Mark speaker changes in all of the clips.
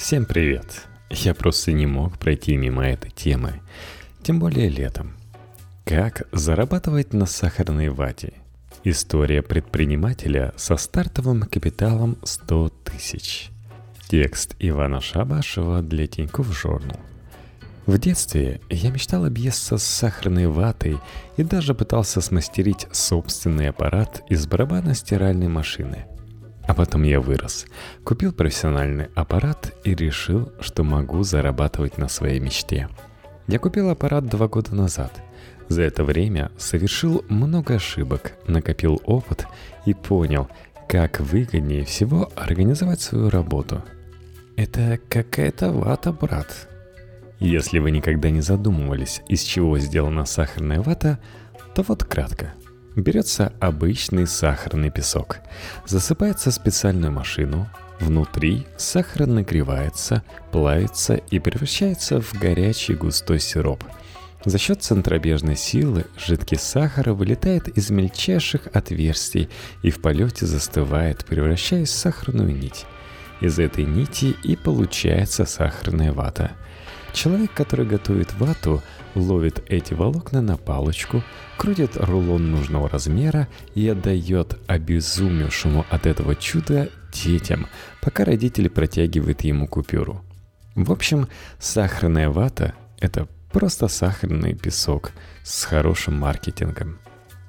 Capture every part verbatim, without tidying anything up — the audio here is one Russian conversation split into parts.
Speaker 1: Всем привет! Я просто не мог пройти мимо этой темы, тем более летом. Как зарабатывать на сахарной вате? История предпринимателя со стартовым капиталом сто тысяч. Текст Ивана Шабашева для Тинькофф Journal. В детстве я мечтал объесться с сахарной ватой и даже пытался смастерить собственный аппарат из барабанно-стиральной машины. А потом я вырос, купил профессиональный аппарат и решил, что могу зарабатывать на своей мечте. Я купил аппарат два года назад. За это время совершил много ошибок, накопил опыт и понял, как выгоднее всего организовать свою работу. Это какая-то вата, брат. Если вы никогда не задумывались, из чего сделана сахарная вата, то вот кратко. Берется обычный сахарный песок, засыпается в специальную машину, внутри сахар нагревается, плавится и превращается в горячий густой сироп. За счет центробежной силы жидкий сахар вылетает из мельчайших отверстий и в полете застывает, превращаясь в сахарную нить. Из этой нити и получается сахарная вата. Человек, который готовит вату, ловит эти волокна на палочку, крутит рулон нужного размера и отдает обезумевшему от этого чуда детям, пока родители протягивают ему купюру. В общем, сахарная вата – это просто сахарный песок с хорошим маркетингом.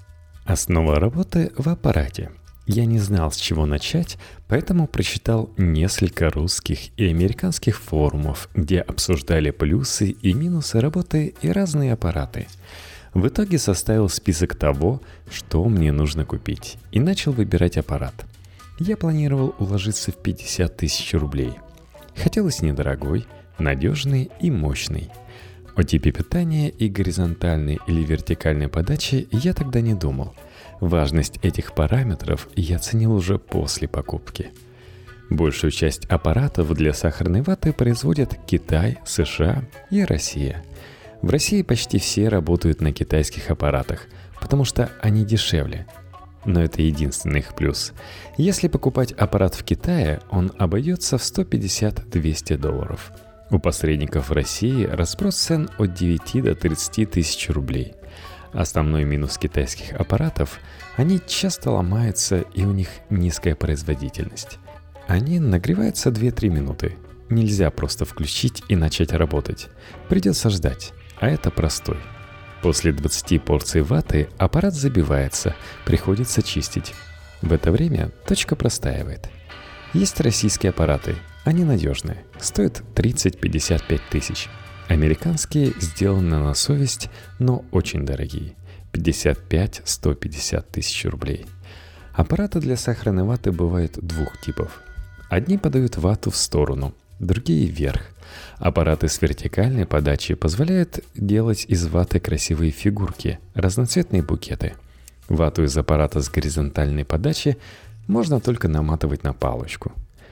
Speaker 1: Основа работы в аппарате. Я не знал, с чего начать, поэтому прочитал несколько русских и американских форумов, где обсуждали плюсы и минусы работы и разные аппараты. В итоге составил список того, что мне нужно купить, и начал выбирать аппарат. Я планировал уложиться в пятьдесят тысяч рублей. Хотелось недорогой, надежный и мощный. О типе питания и горизонтальной или вертикальной подачи я тогда не думал. Важность этих параметров я ценил уже после покупки. Большую часть аппаратов для сахарной ваты производят Китай, США и Россия. В России почти все работают на китайских аппаратах, потому что они дешевле. Но это единственный их плюс. Если покупать аппарат в Китае, он обойдется в сто пятьдесят - двести долларов. У посредников в России разброс цен от девяти до тридцати тысяч рублей. Основной минус китайских аппаратов – они часто ломаются и у них низкая производительность. Они нагреваются две-три минуты. Нельзя просто включить и начать работать. Придется ждать, а это простой. После двадцати порций ваты аппарат забивается, приходится чистить. В это время точка простаивает. Есть российские аппараты, они надежные, стоят тридцать-пятьдесят пять тысяч. Американские сделаны на совесть, но очень дорогие – пятьдесят пять - сто пятьдесят тысяч рублей. Аппараты для сахарной ваты бывают двух типов. Одни подают вату в сторону, другие вверх. Аппараты с вертикальной подачей позволяют делать из ваты красивые фигурки, разноцветные букеты. Вату из аппарата с горизонтальной подачей можно только наматывать на палочку.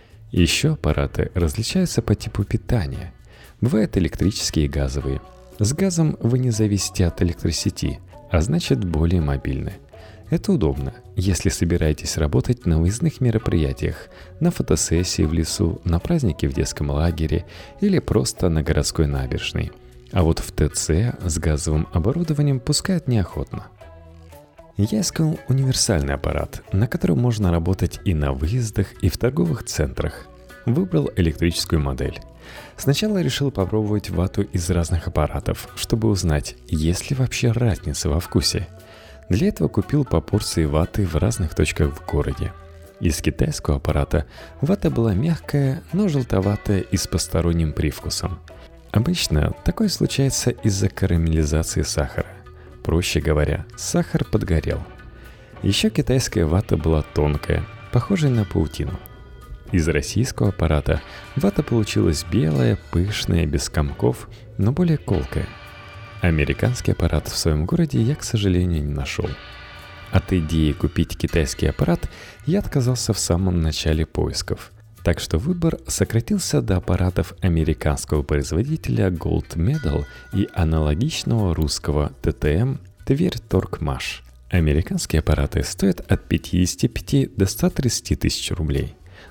Speaker 1: Еще аппараты различаются по типу питания. Бывают электрические и газовые. С газом вы не зависите от электросети, а значит более мобильны. Это удобно, если собираетесь работать на выездных мероприятиях, на фотосессии в лесу, на празднике в детском лагере или просто на городской набережной. А вот в ТЦ с газовым оборудованием пускают неохотно. Я искал универсальный аппарат, на котором можно работать и на выездах, и в торговых центрах. Выбрал электрическую модель. Сначала решил попробовать вату из разных аппаратов, чтобы узнать, есть ли вообще разница во вкусе. Для этого купил по порции ваты в разных точках в городе. Из китайского аппарата вата была мягкая, но желтоватая и с посторонним привкусом. Обычно такое случается из-за карамелизации сахара. Проще говоря, сахар подгорел. Еще китайская вата была тонкая, похожая на паутину. Из российского аппарата вата получилась белая, пышная, без комков, но более колкая. Американский аппарат в своем городе я, к сожалению, не нашел. От идеи купить китайский аппарат я отказался в самом начале поисков. Так что выбор сократился до аппаратов американского производителя Gold Medal и аналогичного русского тэ тэ эм Тверь Торгмаш. Американские аппараты стоят от пятидесяти пяти до ста тридцати тысяч рублей.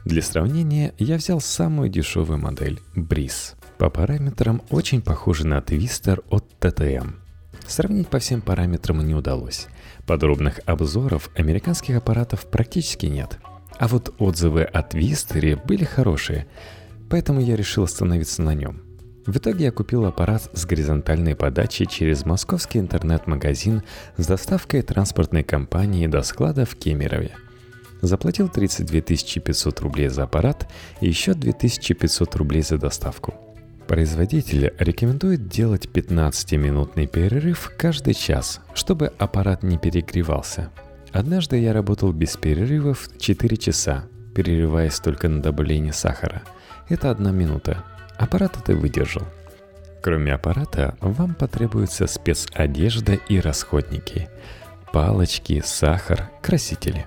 Speaker 1: Для сравнения, я взял самую дешевую модель – Breeze. По параметрам очень похожа на Twister от ти ти эм. Сравнить по всем параметрам не удалось. Подробных обзоров американских аппаратов практически нет. А вот отзывы о Twister были хорошие, поэтому я решил остановиться на нем. В итоге я купил аппарат с горизонтальной подачей через московский интернет-магазин с доставкой транспортной компании до склада в Кемерове. Заплатил тридцать две тысячи пятьсот рублей за аппарат и еще две тысячи пятьсот рублей за доставку. Производитель рекомендует делать пятнадцатиминутный перерыв каждый час, чтобы аппарат не перегревался. Однажды я работал без перерывов четыре часа, перерываясь только на добавление сахара. Это одна минута. Аппарат это выдержал. Кроме аппарата, вам потребуется спецодежда и расходники. Палочки, сахар, красители.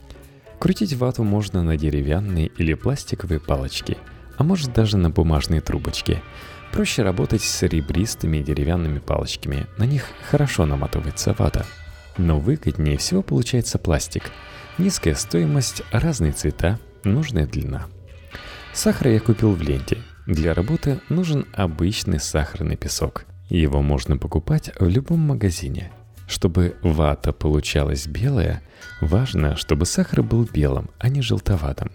Speaker 1: Крутить вату можно на деревянные или пластиковые палочки, а может даже на бумажные трубочки. Проще работать с ребристыми деревянными палочками, на них хорошо наматывается вата. Но выгоднее всего получается пластик. Низкая стоимость, разные цвета, нужная длина. Сахар я купил в ленте. Для работы нужен обычный сахарный песок. Его можно покупать в любом магазине. Чтобы вата получалась белая, важно, чтобы сахар был белым, а не желтоватым.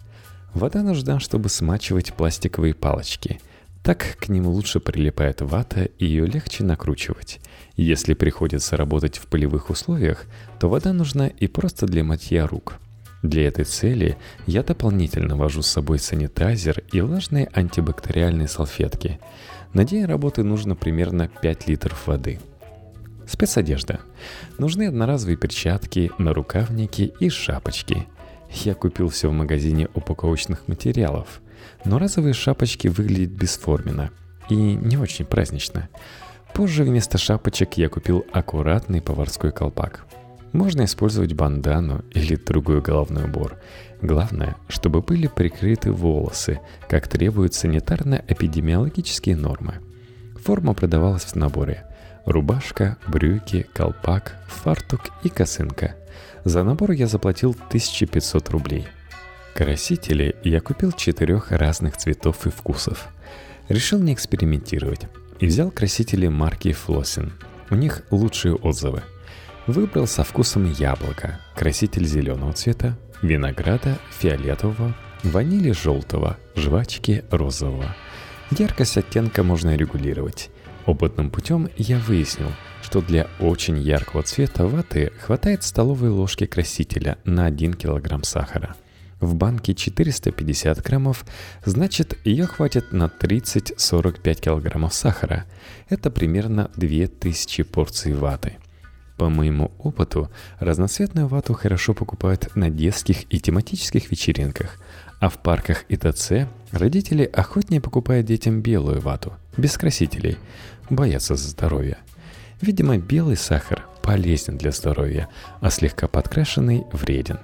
Speaker 1: Вода нужна, чтобы смачивать пластиковые палочки. Так к ним лучше прилипает вата и ее легче накручивать. Если приходится работать в полевых условиях, то вода нужна и просто для мытья рук. Для этой цели я дополнительно вожу с собой санитайзер и влажные антибактериальные салфетки. На день работы нужно примерно пять литров воды. Спецодежда. Нужны одноразовые перчатки, нарукавники и шапочки. Я купил все в магазине упаковочных материалов, но разовые шапочки выглядят бесформенно и не очень празднично. Позже вместо шапочек я купил аккуратный поварской колпак. Можно использовать бандану или другой головной убор. Главное, чтобы были прикрыты волосы, как требуют санитарно-эпидемиологические нормы. Форма продавалась в наборе. Рубашка, брюки, колпак, фартук и косынка. За набор я заплатил тысячу пятьсот рублей. Красители я купил четырех разных цветов и вкусов. Решил не экспериментировать и взял красители марки Flossin. У них лучшие отзывы. Выбрал со вкусом яблока, краситель зеленого цвета, винограда фиолетового, ванили желтого, жвачки розового. Яркость оттенка можно регулировать. Опытным путем я выяснил, что для очень яркого цвета ваты хватает столовой ложки красителя на один килограмм сахара. В банке четыреста пятьдесят граммов, значит, ее хватит на тридцать-сорок пять килограммов сахара. Это примерно две тысячи порций ваты. По моему опыту, разноцветную вату хорошо покупают на детских и тематических вечеринках, а в парках и ТЦ родители охотнее покупают детям белую вату, без красителей, боятся за здоровье. Видимо, белый сахар полезен для здоровья, а слегка подкрашенный вреден.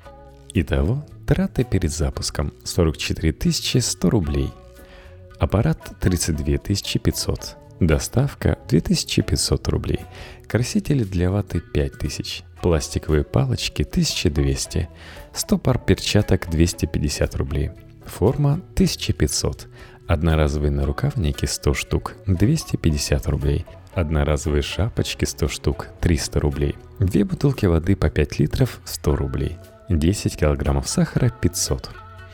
Speaker 1: Итого, траты перед запуском сорок четыре тысячи сто рублей. Аппарат тридцать две тысячи пятьсот. Доставка две тысячи пятьсот рублей. Красители для ваты пять тысяч. Пластиковые палочки тысяча двести. сто пар перчаток двести пятьдесят рублей. Форма тысяча пятьсот. Одноразовые нарукавники сто штук двести пятьдесят рублей. Одноразовые шапочки сто штук триста рублей. Две бутылки воды по пять литров сто рублей. десять килограммов сахара пятьсот.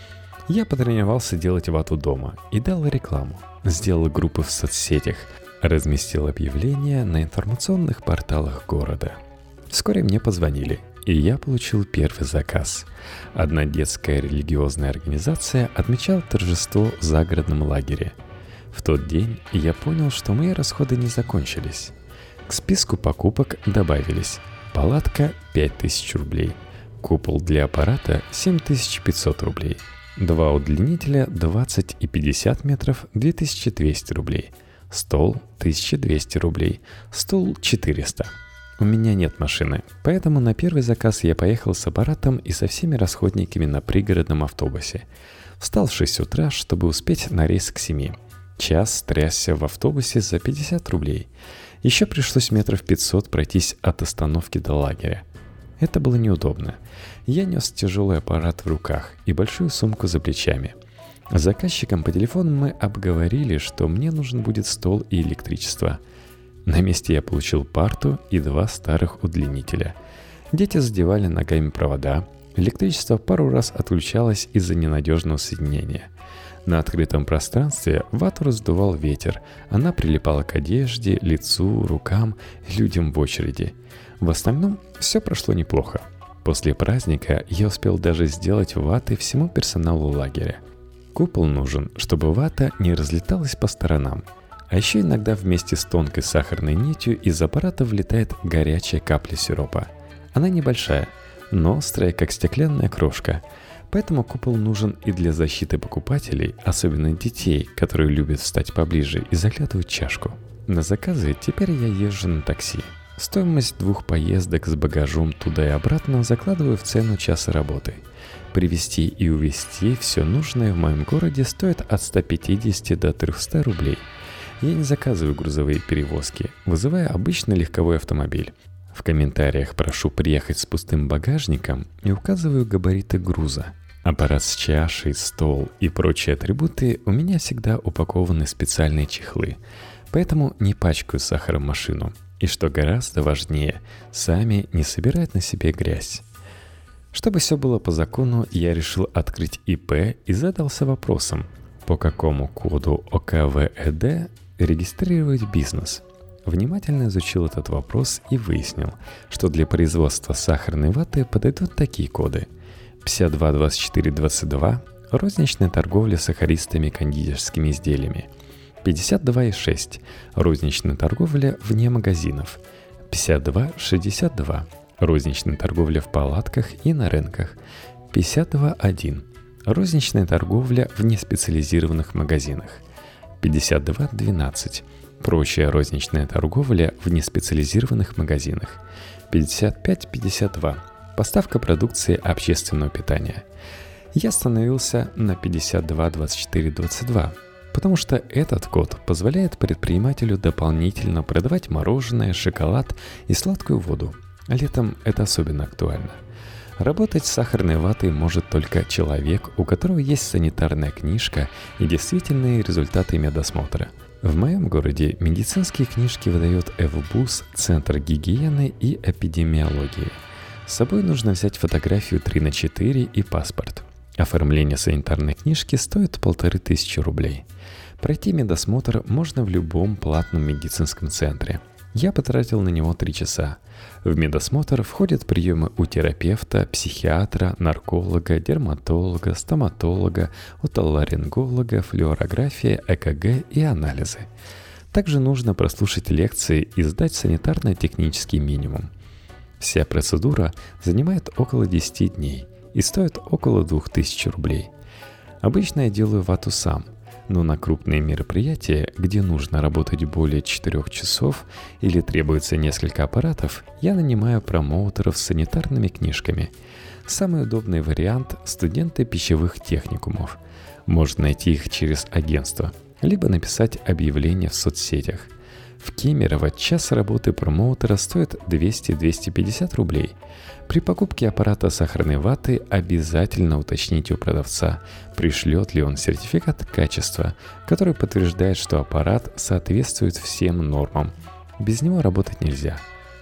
Speaker 1: Я потренировался делать вату дома и дал рекламу. Сделал группы в соцсетях, разместил объявления на информационных порталах города. Вскоре мне позвонили, и я получил первый заказ. Одна детская религиозная организация отмечала торжество в загородном лагере. В тот день я понял, что мои расходы не закончились. К списку покупок добавились палатка пять тысяч рублей, купол для аппарата семь тысяч пятьсот рублей, два удлинителя двадцать и пятьдесят метров две тысячи двести рублей, стол тысяча двести рублей, стул четыреста. У меня нет машины, поэтому на первый заказ я поехал с аппаратом и со всеми расходниками на пригородном автобусе. Встал в шесть утра, чтобы успеть на рейс к семи. Час трясся в автобусе за пятьдесят рублей. Еще пришлось метров пятьсот пройтись от остановки до лагеря. Это было неудобно. Я нес тяжелый аппарат в руках и большую сумку за плечами. С заказчиком по телефону мы обговорили, что мне нужен будет стол и электричество. На месте я получил парту и два старых удлинителя. Дети задевали ногами провода. Электричество пару раз отключалось из-за ненадежного соединения. На открытом пространстве вату раздувал ветер. Она прилипала к одежде, лицу, рукам, людям в очереди. В остальном все прошло неплохо. После праздника я успел даже сделать ваты всему персоналу лагеря. Купол нужен, чтобы вата не разлеталась по сторонам. А еще иногда вместе с тонкой сахарной нитью из аппарата влетает горячая капля сиропа. Она небольшая, но острая, как стеклянная крошка. Поэтому купол нужен и для защиты покупателей, особенно детей, которые любят встать поближе и заглядывать в чашку. На заказы теперь я езжу на такси. Стоимость двух поездок с багажом туда и обратно закладываю в цену часа работы. Привезти и увезти все нужное в моем городе стоит от ста пятидесяти до трехсот рублей. Я не заказываю грузовые перевозки, вызывая обычный легковой автомобиль. В комментариях прошу приехать с пустым багажником и указываю габариты груза. Аппарат с чашей, стол и прочие атрибуты у меня всегда упакованы в специальные чехлы, поэтому не пачкаю сахаром машину. И что гораздо важнее, сами не собирают на себе грязь. Чтобы все было по закону, я решил открыть ИП и задался вопросом, по какому коду О К В Э Д регистрировать бизнес. Внимательно изучил этот вопрос и выяснил, что для производства сахарной ваты подойдут такие коды: пятьдесят два двадцать четыре двадцать два – розничная торговля сахаристыми кондитерскими изделиями, пятьдесят два шесть – розничная торговля вне магазинов, пятьдесят два шестьдесят два – розничная торговля в палатках и на рынках, пятьдесят два один – розничная торговля в неспециализированных магазинах, пятьдесят два двенадцать – прочая розничная торговля в неспециализированных магазинах, пятьдесят пять пятьдесят два – поставка продукции общественного питания. Я остановился на пятьдесят два двадцать четыре двадцать два, потому что этот код позволяет предпринимателю дополнительно продавать мороженое, шоколад и сладкую воду. Летом это особенно актуально. Работать с сахарной ватой может только человек, у которого есть санитарная книжка и действительные результаты медосмотра. В моем городе медицинские книжки выдает Эф Б У С, Центр гигиены и эпидемиологии. С собой нужно взять фотографию три на четыре и паспорт. Оформление санитарной книжки стоит полторы тысячи рублей. Пройти медосмотр можно в любом платном медицинском центре. Я потратил на него три часа. В медосмотр входят приемы у терапевта, психиатра, нарколога, дерматолога, стоматолога, отоларинголога, флюорография, Э К Г и анализы. Также нужно прослушать лекции и сдать санитарно-технический минимум. Вся процедура занимает около десяти дней и стоит около двух тысяч рублей. Обычно я делаю вату сам, но на крупные мероприятия, где нужно работать более четырех часов или требуется несколько аппаратов, я нанимаю промоутеров с санитарными книжками. Самый удобный вариант – студенты пищевых техникумов. Можно найти их через агентство, либо написать объявление в соцсетях. В Кемерово час работы промоутера стоит двести - двести пятьдесят рублей. При покупке аппарата сахарной ваты обязательно уточните у продавца, пришлет ли он сертификат качества, который подтверждает, что аппарат соответствует всем нормам. Без него работать нельзя.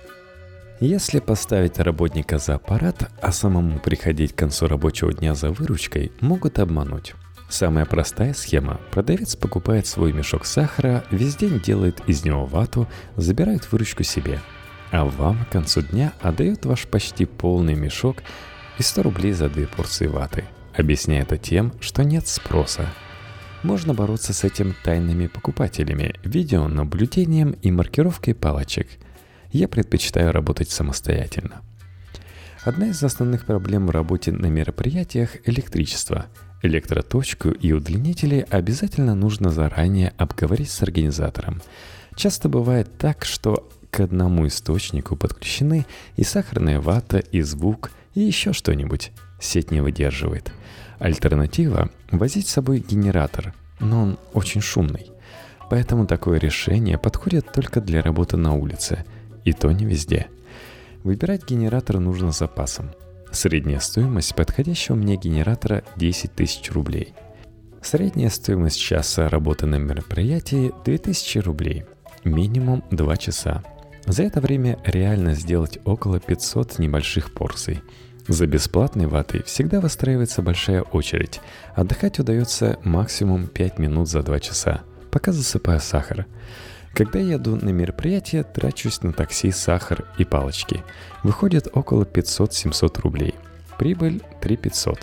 Speaker 1: Если поставить работника за аппарат, а самому приходить к концу рабочего дня за выручкой, могут обмануть. Самая простая схема – продавец покупает свой мешок сахара, весь день делает из него вату, забирает выручку себе. А вам к концу дня отдает ваш почти полный мешок и сто рублей за две порции ваты, объясняя это тем, что нет спроса. Можно бороться с этим тайными покупателями, видеонаблюдением и маркировкой палочек. Я предпочитаю работать самостоятельно. Одна из основных проблем в работе на мероприятиях – электричество. Электроточку и удлинители обязательно нужно заранее обговорить с организатором. Часто бывает так, что к одному источнику подключены и сахарная вата, и звук, и еще что-нибудь. Сеть не выдерживает. Альтернатива – возить с собой генератор, но он очень шумный. Поэтому такое решение подходит только для работы на улице, и то не везде. Выбирать генератор нужно с запасом. Средняя стоимость подходящего мне генератора десять тысяч рублей. Средняя стоимость часа работы на мероприятии две тысячи рублей. Минимум два часа. За это время реально сделать около пятьсот небольших порций. За бесплатной ватой всегда выстраивается большая очередь. Отдыхать удается максимум пять минут за два часа, пока засыпаю сахар. Когда я еду на мероприятие, трачусь на такси, сахар и палочки. Выходит около пятьсот-семьсот рублей. Прибыль три тысячи пятьсот.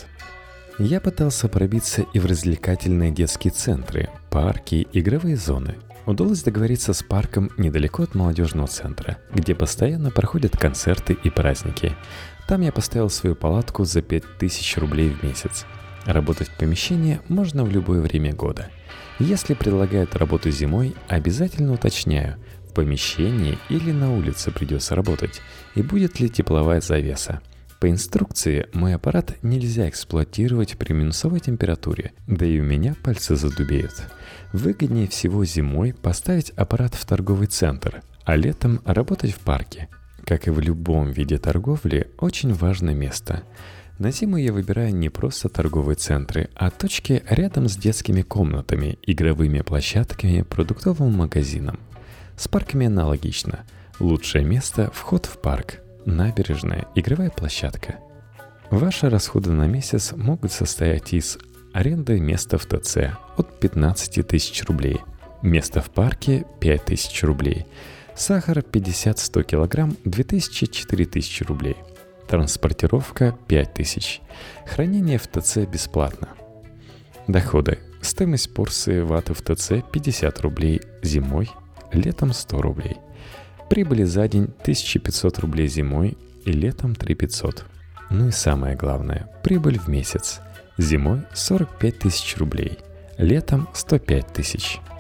Speaker 1: Я пытался пробиться и в развлекательные детские центры, парки, игровые зоны. Удалось договориться с парком недалеко от молодежного центра, где постоянно проходят концерты и праздники. Там я поставил свою палатку за пять тысяч рублей в месяц. Работать в помещении можно в любое время года. Если предлагают работу зимой, обязательно уточняю, в помещении или на улице придется работать, и будет ли тепловая завеса. По инструкции, мой аппарат нельзя эксплуатировать при минусовой температуре, да и у меня пальцы задубеют. Выгоднее всего зимой поставить аппарат в торговый центр, а летом работать в парке. Как и в любом виде торговли, очень важное место. На зиму я выбираю не просто торговые центры, а точки рядом с детскими комнатами, игровыми площадками, продуктовым магазином. С парками аналогично. Лучшее место – вход в парк, набережная, игровая площадка. Ваши расходы на месяц могут состоять из аренды места в ТЦ от пятнадцати тысяч рублей, место в парке – пять тысяч рублей, сахар пятьдесят-сто килограмм – две тысячи-четыре тысячи рублей. Транспортировка пять тысяч. Хранение в ТЦ бесплатно. Доходы. Стоимость порции ваты в ТЦ пятьдесят рублей зимой, летом сто рублей. Прибыли за день тысяча пятьсот рублей зимой и летом три тысячи пятьсот. Ну и самое главное, прибыль в месяц. Зимой сорок пять тысяч рублей, летом сто пять тысяч.